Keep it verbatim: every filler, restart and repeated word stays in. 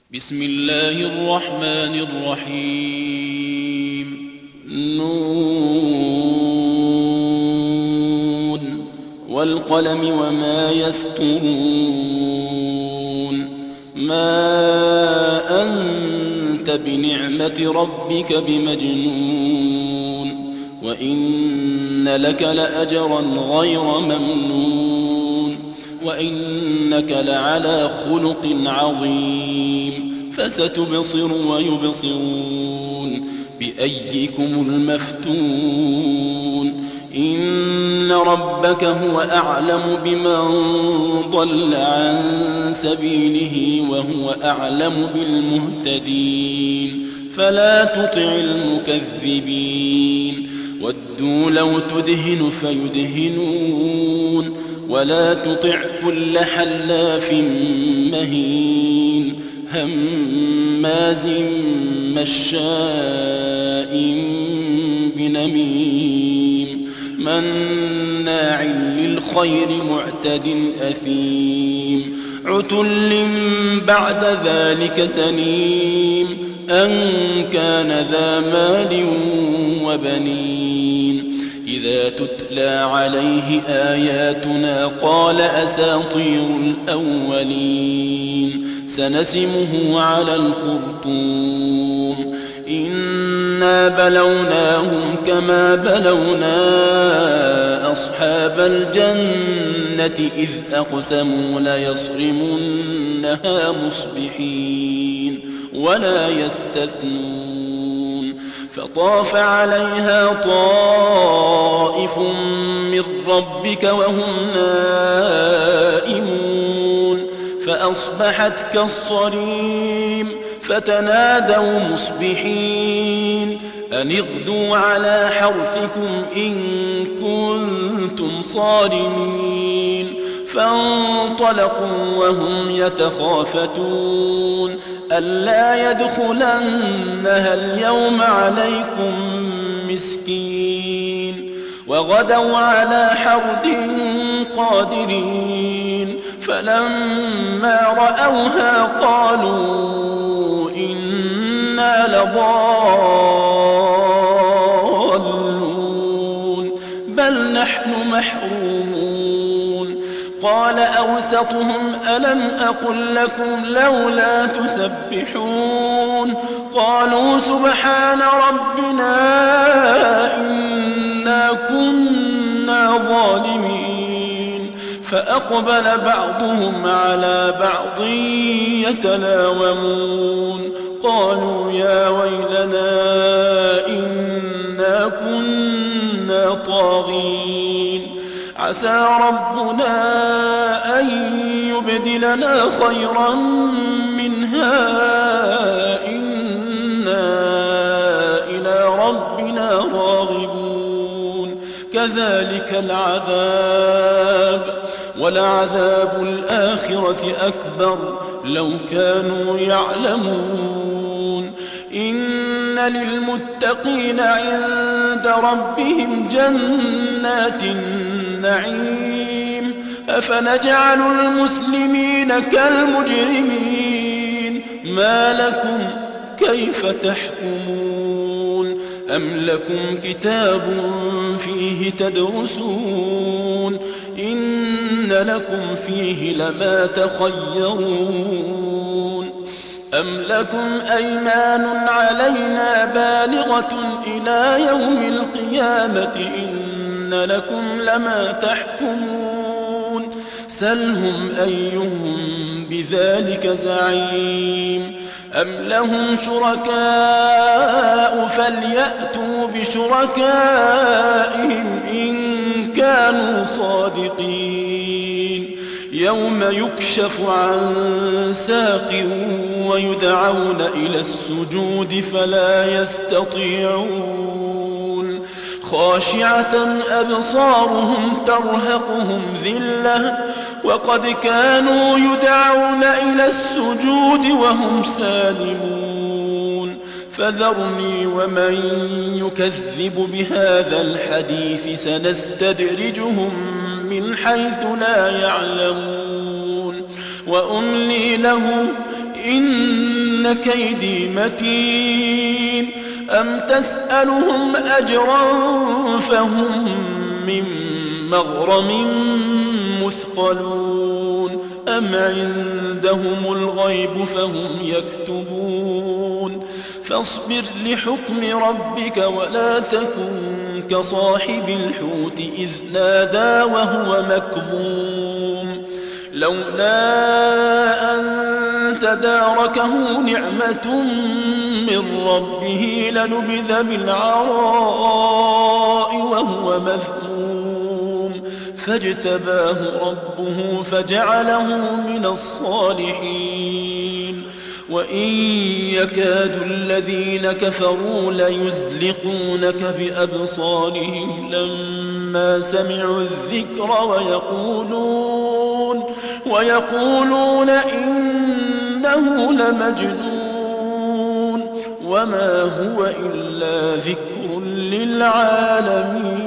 بسم الله الرحمن الرحيم نون والقلم وما يسطرون ما أنت بنعمة ربك بمجنون وإن لك لأجرا غير ممنون وإنك لعلى خلق عظيم فستبصر ويبصرون بأيكم المفتون إن ربك هو أعلم بمن ضل عن سبيله وهو أعلم بالمهتدين فلا تطع المكذبين ودوا لو تدهن فيدهنون ولا تطع كل حلاف مهين هماز مشاء بنميم مناع للخير معتد أثيم عتل بعد ذلك زنيم أن كان ذا مال وبنين إذا تتلى عليه آياتنا قال أساطير الأولين سنسمه على الخرطوم إنا بلوناهم كما بلونا أصحاب الجنة إذ أقسموا ليصرمنها مصبحين ولا يستثنون فطاف عليها طائف من ربك وهم نائمون فأصبحت كالصريم فتنادوا مصبحين أن اغدوا على حرثكم إن كنتم صارمين فانطلقوا وهم يتخافتون ألا يدخلنها اليوم عليكم مسكين وغدوا على حرد قادرين فلما رأوها قالوا إنا لضالون بل نحن محرومون قال أوسطهم ألم أقل لكم لولا تسبحون قالوا سبحان ربنا إنا كنا ظالمين فأقبل بعضهم على بعض يتلاومون قالوا يا ويلنا إنا كنا طاغين عسى ربنا أن يبدلنا خيرا منها إنا إلى ربنا راغبون كذلك العذاب ولعذاب الآخرة أكبر لو كانوا يعلمون إن للمتقين عند ربهم جنات النعيم أفنجعل المسلمين كالمجرمين ما لكم كيف تحكمون أم لكم كتاب فيه تدرسون إن لكم فيه لما تخيرون أم لكم أيمان علينا بالغة إلى يوم القيامة إن لكم لما تحكمون سلهم أيهم بذلك زعيم أم لهم شركاء فليأتوا بشركائهم إن كانوا صادقين يوم يكشف عن ساق ويدعون إلى السجود فلا يستطيعون خاشعة أبصارهم ترهقهم ذلة وقد كانوا يدعون إلى السجود وهم سالمون فذرني ومن يكذب بهذا الحديث سنستدرجهم من حيث لا يعلمون وأملي لهم إن إن كيدي متين أم تسألهم أجرا فهم من مغرم مثقلون أم عندهم الغيب فهم يكتبون فاصبر لحكم ربك ولا تكن كصاحب الحوت إذ نادى وهو مكظوم لولا أن تداركه نعمة من ربه لنبذ بالعراء وهو مذموم فاجتباه ربه فجعله من الصالحين وإن يكاد الذين كفروا ليزلقونك بأبصارهم لما سمعوا الذكر ويقولون, ويقولون إنه لمجنون وما هو إلا ذكر للعالمين.